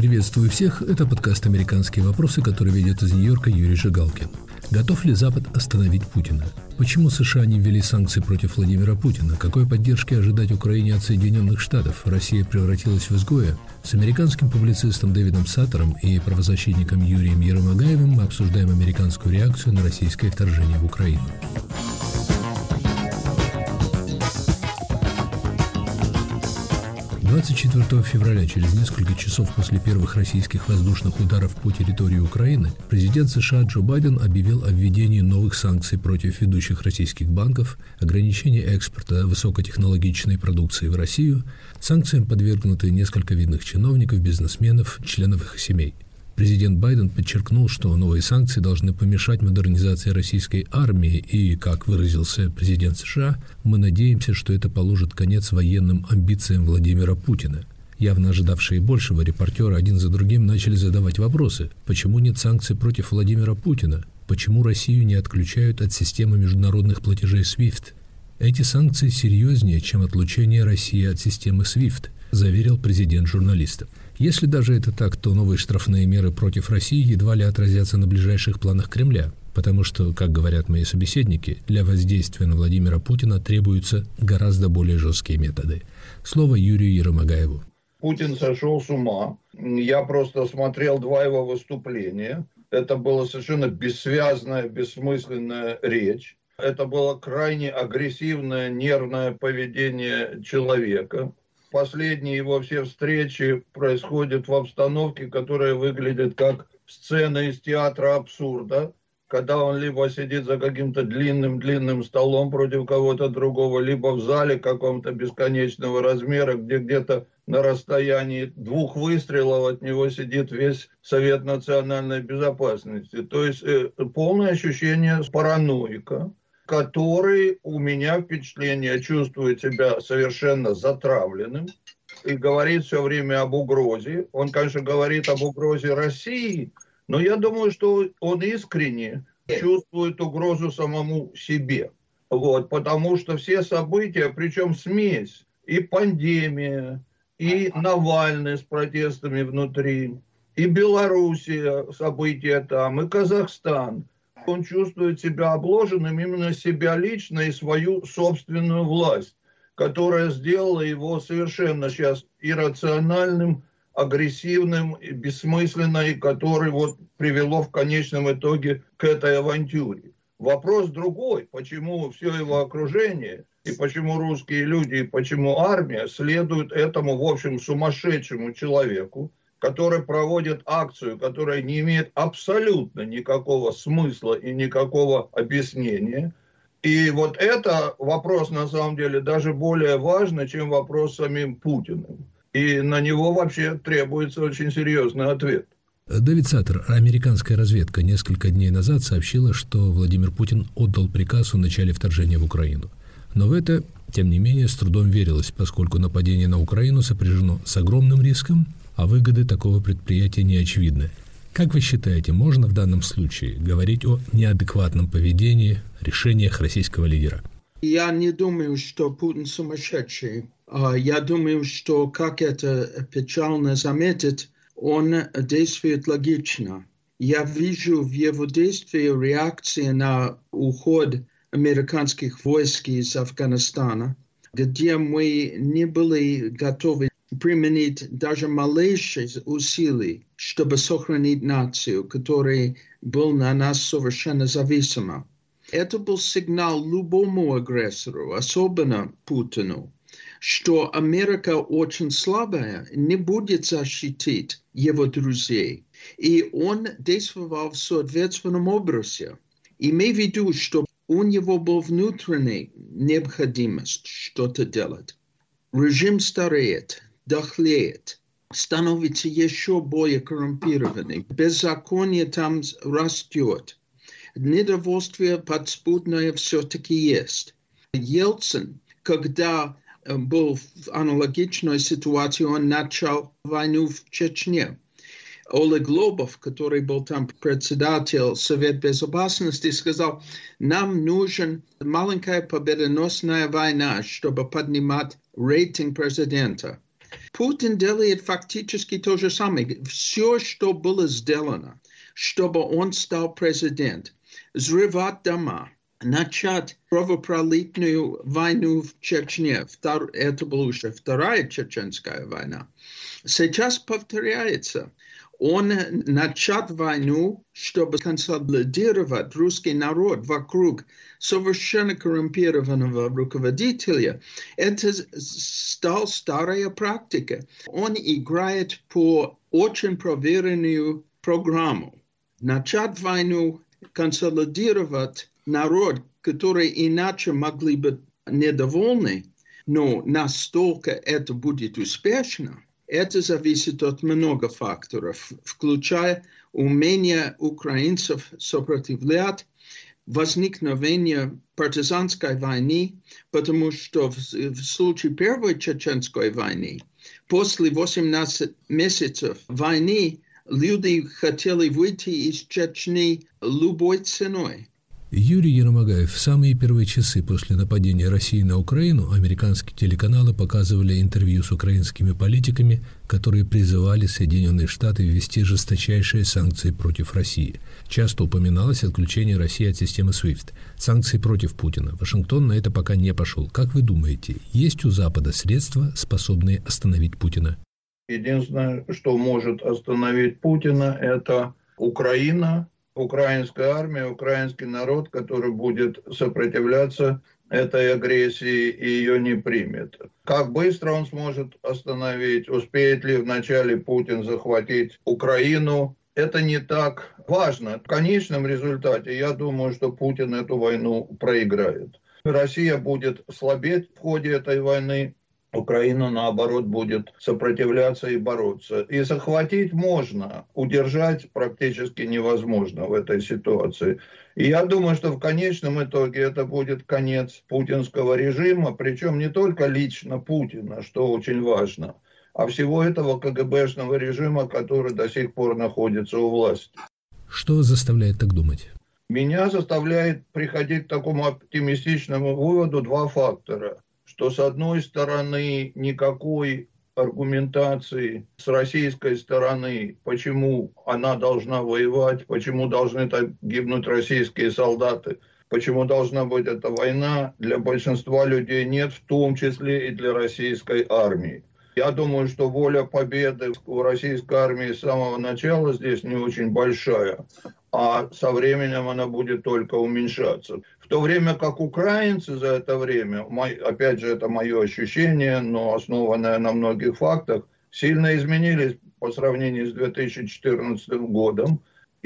Приветствую всех. Это подкаст «Американские вопросы», который ведет из Нью-Йорка Юрий Жигалкин. Готов ли Запад остановить Путина? Почему США не ввели санкции против Владимира Путина? Какой поддержки ожидать Украине от Соединенных Штатов? Россия превратилась в изгоя? С американским публицистом Дэвидом Саттером и правозащитником Юрием Еромагаевым мы обсуждаем американскую реакцию на российское вторжение в Украину. 24 февраля, через несколько часов после первых российских воздушных ударов по территории Украины, президент США Джо Байден объявил о введении новых санкций против ведущих российских банков, ограничении экспорта высокотехнологичной продукции в Россию. Санкциям подвергнуты несколько видных чиновников, бизнесменов, членов их семей. Президент Байден подчеркнул, что новые санкции должны помешать модернизации российской армии, и, как выразился президент США, мы надеемся, что это положит конец военным амбициям Владимира Путина. Явно ожидавшие большего, репортеры один за другим начали задавать вопросы. Почему нет санкций против Владимира Путина? Почему Россию не отключают от системы международных платежей SWIFT? Эти санкции серьезнее, чем отлучение России от системы SWIFT, заверил президент журналистов. Если даже это так, то новые штрафные меры против России едва ли отразятся на ближайших планах Кремля, потому что, как говорят мои собеседники, для воздействия на Владимира Путина требуются гораздо более жесткие методы. Слово Юрию Еромагаеву. Путин сошел с ума. Я просто смотрел два его выступления. Это была совершенно бессвязная, бессмысленная речь. Это было крайне агрессивное, нервное поведение человека. Последние его все встречи происходят в обстановке, которая выглядит как сцена из театра абсурда, когда он либо сидит за каким-то длинным столом против кого-то другого, либо в зале каком-то бесконечного размера, где где-то на расстоянии 2 выстрелов от него сидит весь Совет национальной безопасности. То есть полное ощущение параноика, который, у меня впечатление, чувствует себя совершенно затравленным и говорит все время об угрозе. Он, конечно, говорит об угрозе России, но я думаю, что он искренне чувствует угрозу самому себе. Потому что все события, причем смесь, и пандемия, и Навальный с протестами внутри, и Белоруссия, события там, и Казахстан. Он чувствует себя обложенным, именно себя лично и свою собственную власть, которая сделала его совершенно сейчас иррациональным, агрессивным, и бессмысленным, и который привело в конечном итоге к этой авантюре. Вопрос другой, почему все его окружение, и почему русские люди, и почему армия следуют этому, в общем, сумасшедшему человеку, который проводит акцию, которая не имеет абсолютно никакого смысла и никакого объяснения. И это вопрос, на самом деле, даже более важный, чем вопрос с самим Путиным. И на него вообще требуется очень серьезный ответ. Дэвид Саттер, американская разведка, несколько дней назад сообщила, что Владимир Путин отдал приказ о начале вторжения в Украину. Но в это, тем не менее, с трудом верилось, поскольку нападение на Украину сопряжено с огромным риском, а выгоды такого предприятия не очевидны. Как вы считаете, можно в данном случае говорить о неадекватном поведении, решениях российского лидера? Я не думаю, что Путин сумасшедший. Я думаю, что, как это печально заметить, он действует логично. Я вижу в его действии реакции на уход американских войск из Афганистана, где мы не были готовы применить даже малейших усилий, чтобы сохранить нацию, которая была на нас совершенно зависима. Это был сигнал любому агрессору, особенно Путину, что Америка очень слабая, не будет защитить его друзей. И он действовал в соответственном образе. Имей в виду, что у него была внутренняя необходимость что-то делать. Режим стареет, дохлеет, становится еще более коррумпированным. Беззаконие там растет. Недовольствие подспудное все-таки есть. Ельцин, когда был в аналогичной ситуации, он начал войну в Чечне. Олег Лобов, который был там председатель Совета Безопасности, сказал, нам нужен маленькая победоносная война, чтобы поднимать рейтинг президента. Путин делает фактически то же самое. Все, что было сделано, чтобы он стал президентом, взрывать дома, начать кровопролитную войну в Чечне. Это была уже вторая чеченская война. Сейчас повторяется. Он начал войну, чтобы консолидировать русский народ вокруг совершенно коррумпированного руководителя. Это стала старая практика. Он играет по очень проверенную программу. Начать войну, консолидировать народ, который иначе могли быть недовольны, но настолько это будет успешно. Это зависит от многих факторов, включая умение украинцев сопротивлять, возникновение партизанской войны, потому что в случае Первой Чеченской войны, после 18 месяцев войны, люди хотели выйти из Чечни любой ценой. Юрий Ермогаев. В самые первые часы после нападения России на Украину американские телеканалы показывали интервью с украинскими политиками, которые призывали Соединенные Штаты ввести жесточайшие санкции против России. Часто упоминалось отключение России от системы SWIFT, санкции против Путина. Вашингтон на это пока не пошел. Как вы думаете, есть у Запада средства, способные остановить Путина? Единственное, что может остановить Путина, это Украина, украинская армия, украинский народ, который будет сопротивляться этой агрессии и ее не примет. Как быстро он сможет остановить, успеет ли вначале Путин захватить Украину, это не так важно. В конечном результате, я думаю, что Путин эту войну проиграет. Россия будет слабеть в ходе этой войны, Украина, наоборот, будет сопротивляться и бороться. И захватить можно, удержать практически невозможно в этой ситуации. И я думаю, что в конечном итоге это будет конец путинского режима, причем не только лично Путина, что очень важно, а всего этого КГБшного режима, который до сих пор находится у власти. Что вас заставляет так думать? Меня заставляет приходить к такому оптимистичному выводу два фактора. Что с одной стороны никакой аргументации с российской стороны, почему она должна воевать, почему должны гибнуть российские солдаты, почему должна быть эта война, для большинства людей нет, в том числе и для российской армии. Я думаю, что воля победы у российской армии с самого начала здесь не очень большая, а со временем она будет только уменьшаться. В то время как украинцы за это время, опять же это мое ощущение, но основанное на многих фактах, сильно изменились по сравнению с 2014 годом.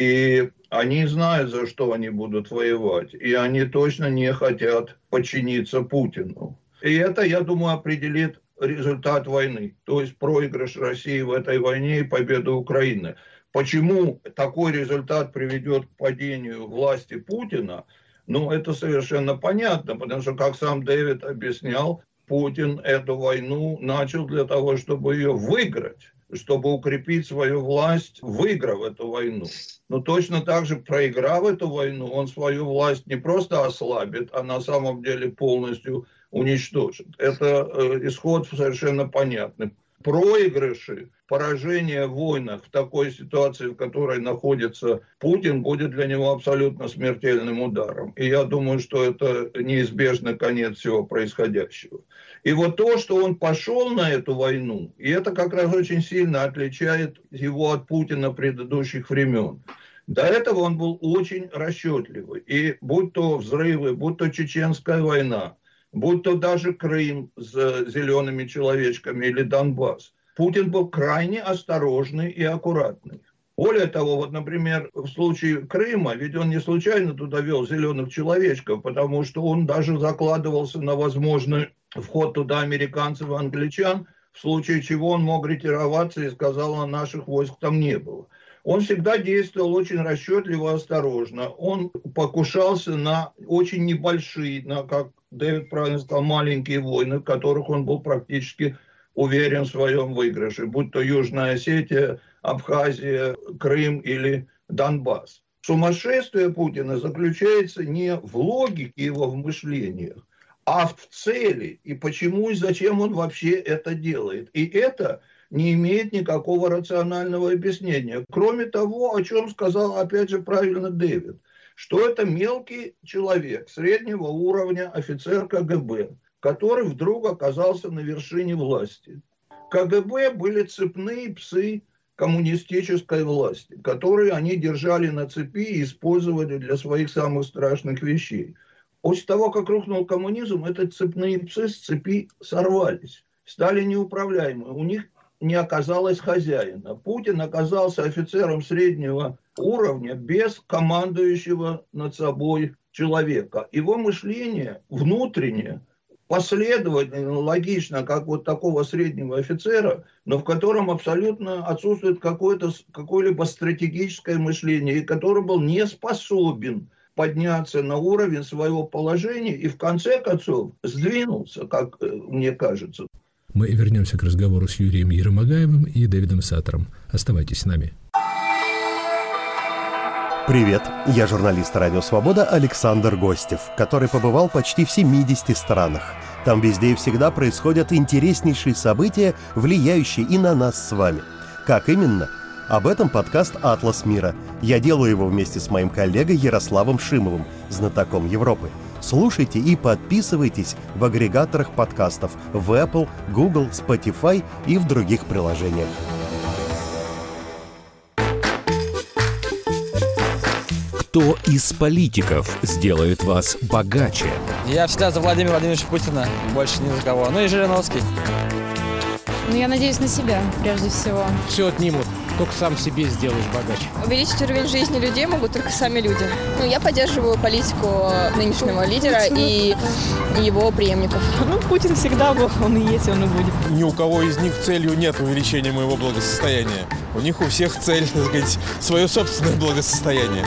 И они знают, за что они будут воевать. И они точно не хотят подчиниться Путину. И это, я думаю, определит результат войны. То есть проигрыш России в этой войне и победу Украины. Почему такой результат приведет к падению власти Путина? Ну, это совершенно понятно, потому что, как сам Дэвид объяснял, Путин эту войну начал для того, чтобы ее выиграть, чтобы укрепить свою власть, выиграв эту войну. Но точно так же, проиграв эту войну, он свою власть не просто ослабит, а на самом деле полностью уничтожит. Это исход совершенно понятный. Проигрыши, поражение в войнах в такой ситуации, в которой находится Путин, будет для него абсолютно смертельным ударом. И я думаю, что это неизбежный конец всего происходящего. И вот то, что он пошел на эту войну, и это как раз очень сильно отличает его от Путина предыдущих времен. До этого он был очень расчетливый. И будь то взрывы, будь то Чеченская война, будь то даже Крым с зелеными человечками или Донбасс, Путин был крайне осторожный и аккуратный. Более того, вот, например, в случае Крыма, ведь он не случайно туда вел зеленых человечков, потому что он даже закладывался на возможный вход туда американцев и англичан, в случае чего он мог ретироваться и сказал, а наших войск там не было. Он всегда действовал очень расчетливо и осторожно. Он покушался на очень небольшие, как Дэвид правильно сказал, маленькие войны, в которых он был практически уверен в своем выигрыше, будь то Южная Осетия, Абхазия, Крым или Донбасс. Сумасшествие Путина заключается не в логике его в мышлениях, а в цели, и почему и зачем он вообще это делает. И это не имеет никакого рационального объяснения. Кроме того, о чем сказал, опять же, правильно Дэвид, что это мелкий человек, среднего уровня, офицер КГБ, который вдруг оказался на вершине власти. КГБ были цепные псы коммунистической власти, которые они держали на цепи и использовали для своих самых страшных вещей. После того, как рухнул коммунизм, эти цепные псы с цепи сорвались, стали неуправляемы. У них не оказалось хозяина. Путин оказался офицером среднего уровня без командующего над собой человека. Его мышление внутреннее, последовательно, логично, как вот такого среднего офицера, но в котором абсолютно отсутствует какое-либо стратегическое мышление, и который был не способен подняться на уровень своего положения и в конце концов сдвинулся, как мне кажется. Мы вернемся к разговору с Юрием Еромагаевым и Дэвидом Саттером. Оставайтесь с нами. Привет, я журналист «Радио Свобода» Александр Гостев, который побывал почти в 70 странах. Там везде и всегда происходят интереснейшие события, влияющие и на нас с вами. Как именно? Об этом подкаст «Атлас мира». Я делаю его вместе с моим коллегой Ярославом Шимовым, знатоком Европы. Слушайте и подписывайтесь в агрегаторах подкастов в Apple, Google, Spotify и в других приложениях. Кто из политиков сделает вас богаче? Я всегда за Владимира Владимировича Путина, больше ни за кого. Ну и Жириновский. Ну, я надеюсь на себя, прежде всего. Все отнимут, только сам себе сделаешь богаче. Увеличить уровень жизни людей могут только сами люди. Ну, я поддерживаю политику нынешнего лидера и его преемников. Ну, Путин всегда был, он и есть, он и будет. Ни у кого из них целью нет увеличения моего благосостояния. У них у всех цель, так сказать, свое собственное благосостояние.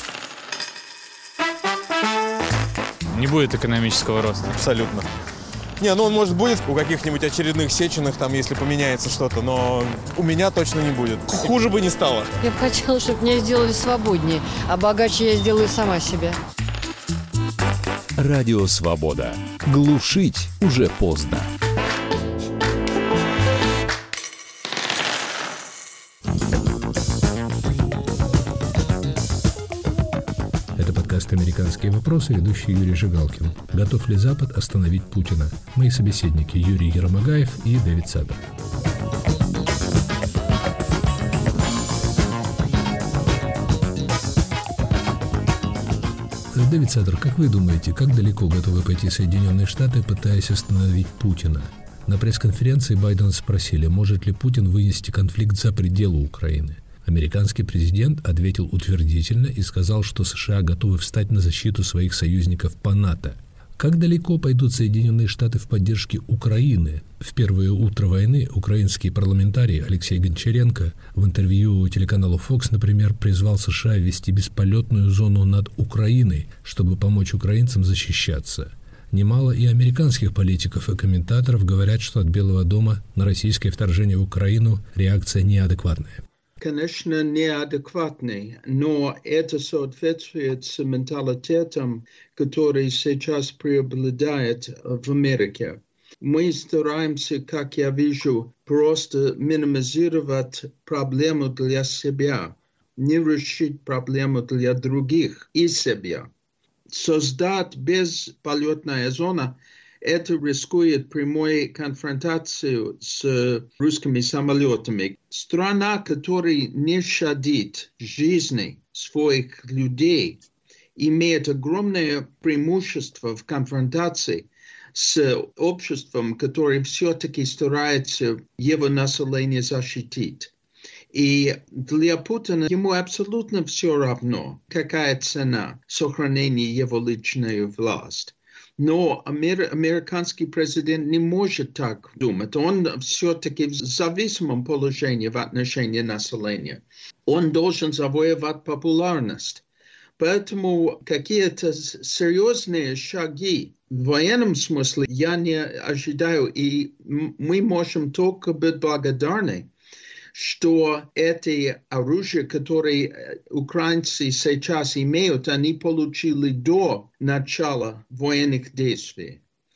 Не будет экономического роста. Абсолютно. Не, ну он, может, будет у каких-нибудь очередных Сеченых, там, если поменяется что-то, но у меня точно не будет. Хуже бы не стало. Я бы хотела, чтобы меня сделали свободнее, а богаче я сделаю сама себя. Радио Свобода. Глушить уже поздно. «Американские вопросы», ведущий Юрий Жигалкин. Готов ли Запад остановить Путина? Мои собеседники Юрий Еромагаев и Дэвид Саттер. Дэвид Саттер, как вы думаете, как далеко готовы пойти Соединенные Штаты, пытаясь остановить Путина? На пресс-конференции Байдена спросили, может ли Путин вынести конфликт за пределы Украины. Американский президент ответил утвердительно и сказал, что США готовы встать на защиту своих союзников по НАТО. Как далеко пойдут Соединенные Штаты в поддержке Украины? В первое утро войны украинский парламентарий Алексей Гончаренко в интервью телеканалу Fox, например, призвал США ввести бесполетную зону над Украиной, чтобы помочь украинцам защищаться. Немало и американских политиков и комментаторов говорят, что от Белого дома на российское вторжение в Украину реакция неадекватная. Конечно, неадекватный, но это соответствует с менталитетом, который сейчас преобладает в Америке. Мы стараемся, как я вижу, просто минимизировать проблему для себя, не решить проблему для других и себя. Создать бесполетная зона – это рискует прямой конфронтацию с русскими самолетами. Страна, которая не щадит жизни своих людей, имеет огромное преимущество в конфронтации с обществом, которое все-таки старается его население защитить. И для Путина ему абсолютно все равно, какая цена сохранения его личной власти. Но американский президент не может так думать. Он все-таки в зависимом положении в отношении населения. Он должен завоевать популярность. Поэтому какие-то серьезные шаги в военном смысле я не ожидаю. И мы можем только быть благодарны, что эти оружия, которые украинцы сейчас имеют, они получили до начала военных действий.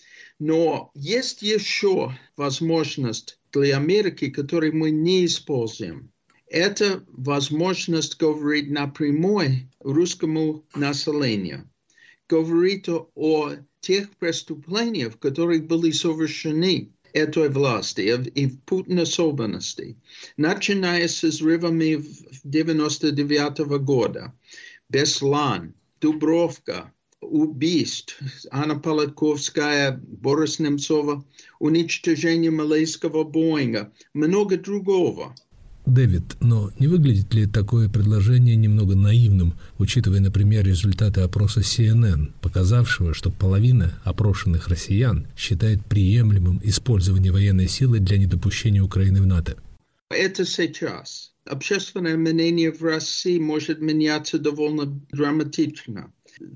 Но есть еще возможность для Америки, которую мы не используем. Это возможность говорить напрямую русскому населению. Говорить о тех преступлениях, которые были совершены этой власти, и в Путин особенности. Начиная с взрывами 1999 года, Беслан, Дубровка, убийств, Анна Полотковская, Борис Немцова, уничтожение малайского Боинга, много другого. Дэвид, но не выглядит ли такое предложение немного наивным, учитывая, например, результаты опроса CNN, показавшего, что половина опрошенных россиян считает приемлемым использование военной силы для недопущения Украины в НАТО? Это сейчас. Общественное мнение в России может меняться довольно драматично.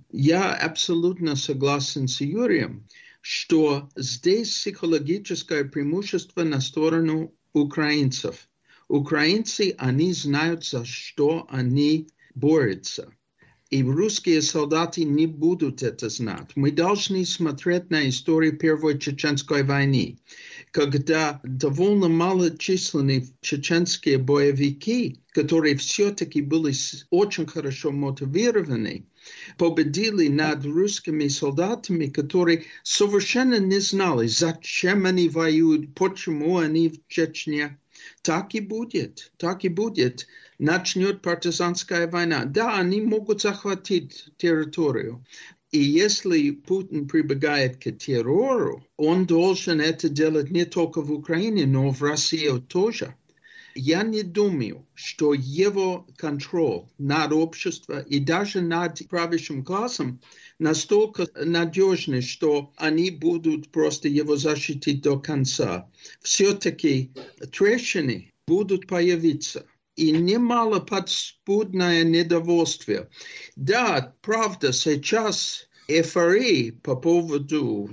Я абсолютно согласен с Юрием, что здесь психологическое преимущество на сторону украинцев. Украинцы, они знают, за что они борются. И русские солдаты не будут это знать. Мы должны смотреть на историю Первой Чеченской войны, когда довольно малочисленные чеченские боевики, которые все-таки были очень хорошо мотивированы, победили над русскими солдатами, которые совершенно не знали, зачем они воюют, почему они в Чечне. Так и будет, так и будет. Начнет партизанская война. Да, они могут захватить территорию. И если Путин прибегает к террору, он должен это делать не только в Украине, но и в России тоже. Я не думаю, что его контроль над обществом и даже над правящим классом настолько надежный, что они будут просто его защитить до конца. Все-таки трещины будут появиться. И немало подспудное недовольствие. Да, правда, сейчас эйфория по поводу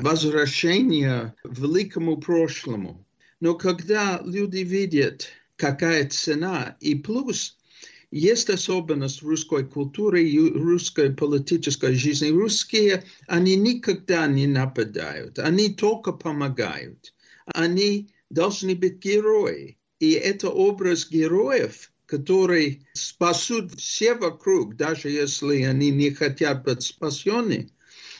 возвращения к великому прошлому. Но когда люди видят, какая цена, и плюс есть особенность русской культуры и русской политической жизни. Русские, они никогда не нападают, они только помогают. Они должны быть герои. И это образ героев, которые спасут все вокруг, даже если они не хотят быть спасены.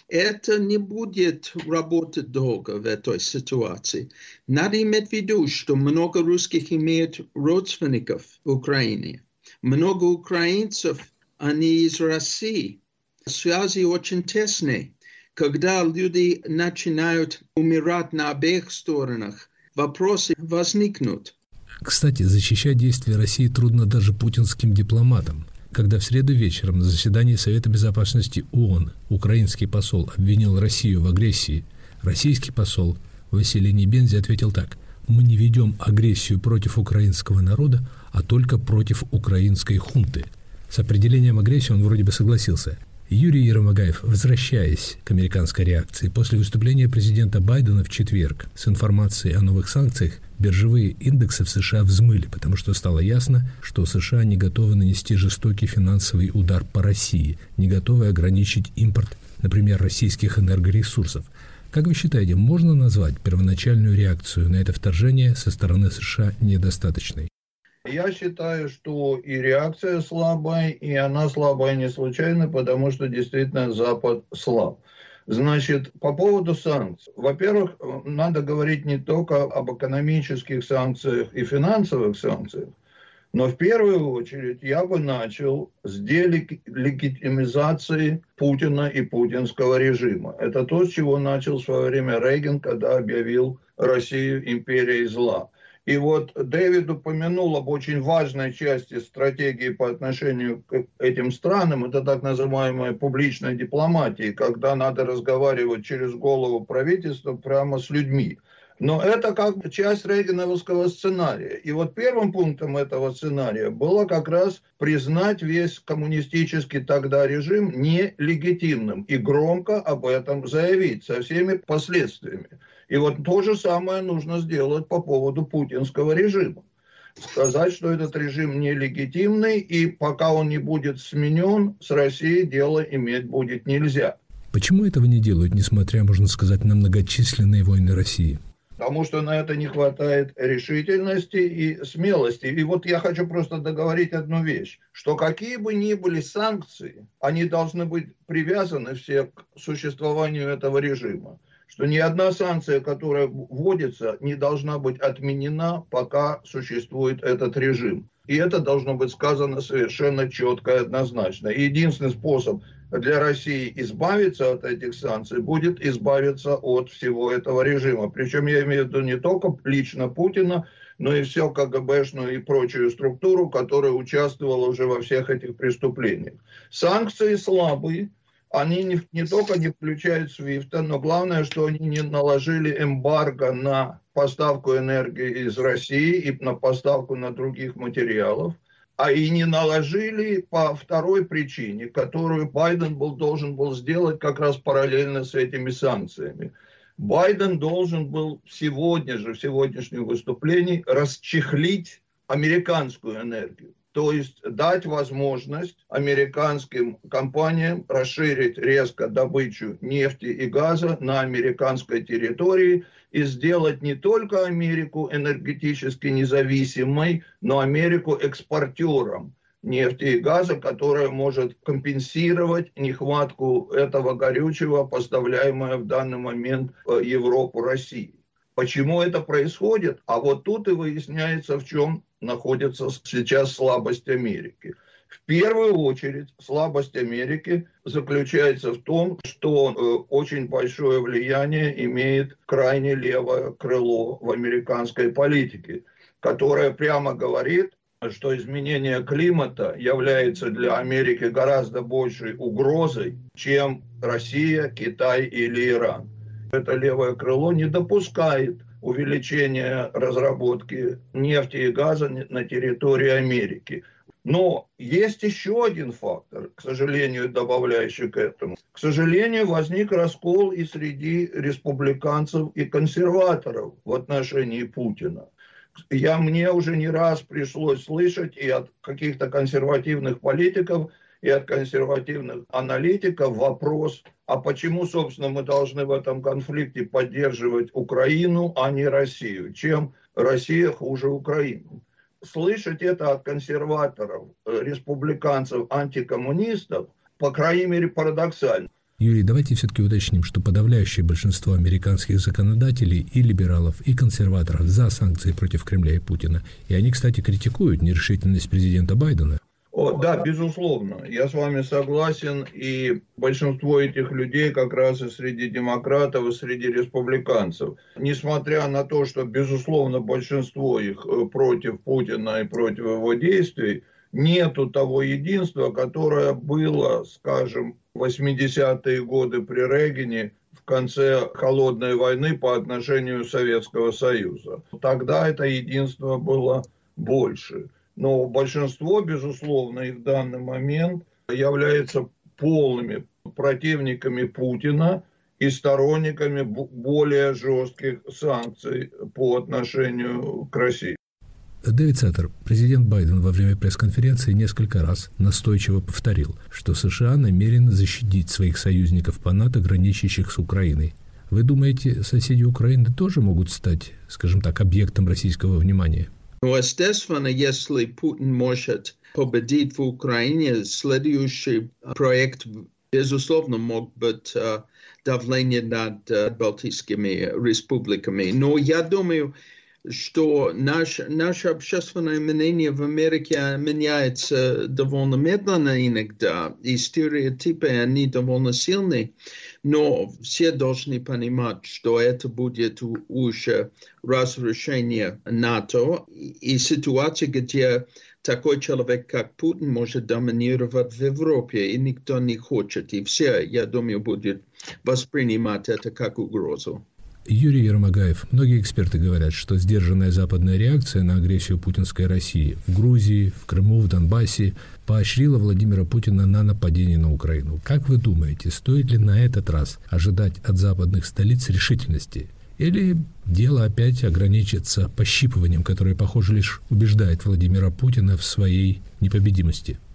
Это не будет работать долго в этой ситуации. Надо иметь в виду, что много русских имеют родственников в Украине. Много украинцев, они из России. Связи очень тесные. Когда люди начинают умирать на обеих сторонах, вопросы возникнут. Кстати, защищать действия России трудно даже путинским дипломатам. Когда в среду вечером на заседании Совета Безопасности ООН украинский посол обвинил Россию в агрессии, российский посол Василий Небензи ответил так: «Мы не ведем агрессию против украинского народа, а только против украинской хунты». С определением агрессии он вроде бы согласился. Юрий Ермогаев, возвращаясь к американской реакции, после выступления президента Байдена в четверг с информацией о новых санкциях, биржевые индексы в США взмыли, потому что стало ясно, что США не готовы нанести жестокий финансовый удар по России, не готовы ограничить импорт, например, российских энергоресурсов. Как вы считаете, можно назвать первоначальную реакцию на это вторжение со стороны США недостаточной? Я считаю, что и реакция слабая, и она слабая не случайно, потому что действительно Запад слаб. Значит, по поводу санкций. Во-первых, надо говорить не только об экономических санкциях и финансовых санкциях, но в первую очередь я бы начал с делегитимизации Путина и путинского режима. Это то, с чего начал в свое время Рейган, когда объявил Россию империей зла. И вот Дэвид упомянул об очень важной части стратегии по отношению к этим странам. Это так называемая публичная дипломатия, когда надо разговаривать через голову правительства прямо с людьми. Но это как часть рейгановского сценария. И вот первым пунктом этого сценария было как раз признать весь коммунистический тогда режим нелегитимным и громко об этом заявить со всеми последствиями. И вот то же самое нужно сделать по поводу путинского режима. Сказать, что этот режим нелегитимный, и пока он не будет сменен, с Россией дело иметь будет нельзя. Почему этого не делают, несмотря, можно сказать, на многочисленные войны России? Потому что на это не хватает решительности и смелости. И вот я хочу просто договорить одну вещь, что какие бы ни были санкции, они должны быть привязаны все к существованию этого режима. Что ни одна санкция, которая вводится, не должна быть отменена, пока существует этот режим. И это должно быть сказано совершенно четко и однозначно. И единственный способ для России избавиться от этих санкций будет избавиться от всего этого режима. Причем я имею в виду не только лично Путина, но и все КГБшную и прочую структуру, которая участвовала уже во всех этих преступлениях. Санкции слабые. Они не только не включают SWIFT, но главное, что они не наложили эмбарго на поставку энергии из России и на поставку на других материалов, а и не наложили по второй причине, которую Байден должен был сделать как раз параллельно с этими санкциями. Байден должен был сегодня же, в сегодняшнем выступлении, расчехлить американскую энергию. То есть дать возможность американским компаниям расширить резко добычу нефти и газа на американской территории и сделать не только Америку энергетически независимой, но Америку экспортером нефти и газа, которая может компенсировать нехватку этого горючего, поставляемого в данный момент в Европу, России. Почему это происходит? А вот тут и выясняется, в чем находится сейчас слабость Америки. В первую очередь слабость Америки заключается в том, что очень большое влияние имеет крайне левое крыло в американской политике, которое прямо говорит, что изменение климата является для Америки гораздо большей угрозой, чем Россия, Китай или Иран. Это левое крыло не допускает увеличения разработки нефти и газа на территории Америки. Но есть еще один фактор, к сожалению, добавляющий к этому. К сожалению, возник раскол и среди республиканцев и консерваторов в отношении Путина. Мне уже не раз пришлось слышать и от каких-то консервативных политиков, и от консервативных аналитиков вопрос, а почему, собственно, мы должны в этом конфликте поддерживать Украину, а не Россию? Чем Россия хуже Украины? Слышать это от консерваторов, республиканцев, антикоммунистов, по крайней мере, парадоксально. Юрий, давайте все-таки уточним, что подавляющее большинство американских законодателей и либералов, и консерваторов за санкции против Кремля и Путина. И они, кстати, критикуют нерешительность президента Байдена. Да, безусловно, я с вами согласен, и большинство этих людей как раз и среди демократов, и среди республиканцев. Несмотря на то, что, безусловно, большинство их против Путина и против его действий, нету того единства, которое было, скажем, в 80-е годы при Рейгане, в конце холодной войны по отношению Советского Союза. Тогда это единство было больше. Но большинство, безусловно, и в данный момент являются полными противниками Путина и сторонниками более жестких санкций по отношению к России. Дэвид Саттер, президент Байден во время пресс-конференции несколько раз настойчиво повторил, что США намерены защитить своих союзников по НАТО, граничащих с Украиной. Вы думаете, соседи Украины тоже могут стать, скажем так, объектом российского внимания? Естественно, если Путин может победить в Украине, следующий проект, безусловно, мог быть давление над Балтийскими республиками. Но я думаю, что наше общественное мнение в Америке меняется довольно медленно иногда, и стереотипы, они довольно сильны, но все должны понимать, что это будет уже разрушение НАТО, и ситуация, где такой человек, как Путин, может доминировать в Европе, и никто не хочет, и все, я думаю, будут воспринимать это как угрозу. Юрий Ермогаев. Многие эксперты говорят, что сдержанная западная реакция на агрессию путинской России в Грузии, в Крыму, в Донбассе поощрила Владимира Путина на нападение на Украину. Как вы думаете, стоит ли на этот раз ожидать от западных столиц решительности? Или дело опять ограничится пощипыванием, которое, похоже, лишь убеждает Владимира Путина в своей непобедимости?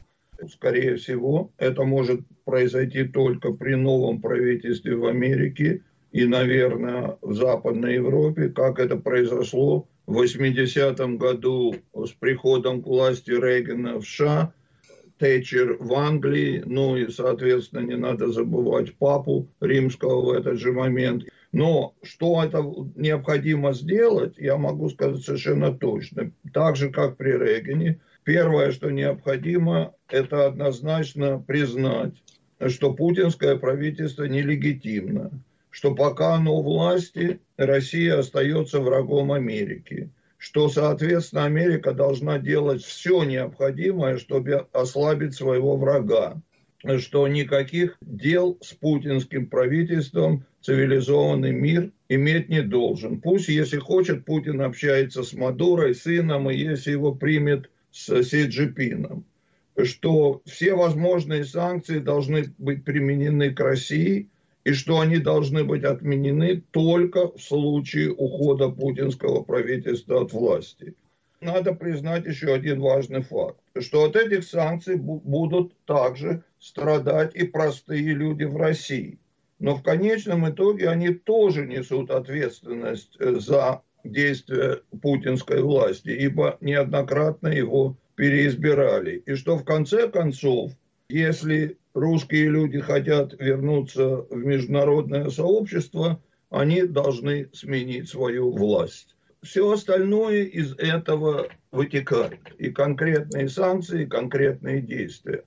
Скорее всего, это может произойти только при новом правительстве в Америке и, наверное, в Западной Европе, как это произошло в 80-м году с приходом к власти Рейгана в США, Тэтчер в Англии, ну и, соответственно, не надо забывать папу римского в этот же момент. Но что это необходимо сделать, я могу сказать совершенно точно. Так же, как при Рейгане, первое, что необходимо, это однозначно признать, что путинское правительство нелегитимно, что пока оно у власти, Россия остается врагом Америки, что, соответственно, Америка должна делать все необходимое, чтобы ослабить своего врага, что никаких дел с путинским правительством цивилизованный мир иметь не должен. Пусть, если хочет, Путин общается с Мадурой, сыном, и если его примет с Си Цзиньпином, что все возможные санкции должны быть применены к России, и что они должны быть отменены только в случае ухода путинского правительства от власти. Надо признать еще один важный факт, что от этих санкций будут также страдать и простые люди в России. Но в конечном итоге они тоже несут ответственность за действия путинской власти, ибо неоднократно его переизбирали. И что в конце концов, если русские люди хотят вернуться в международное сообщество, они должны сменить свою власть. Все остальное из этого вытекает. И конкретные санкции, и конкретные действия.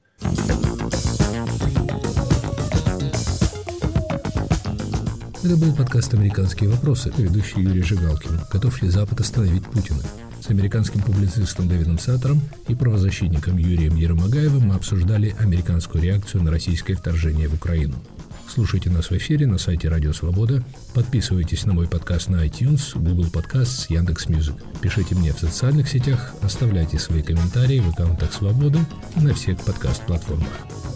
Это был подкаст «Американские вопросы», ведущий Юрий Жигалкин. Готов ли Запад остановить Путина? С американским публицистом Дэвидом Саттером и правозащитником Юрием Еромагаевым мы обсуждали американскую реакцию на российское вторжение в Украину. Слушайте нас в эфире на сайте Радио Свобода. Подписывайтесь на мой подкаст на iTunes, Google Podcasts, Яндекс.Мьюзик. Пишите мне в социальных сетях, оставляйте свои комментарии в аккаунтах Свободы и на всех подкаст-платформах.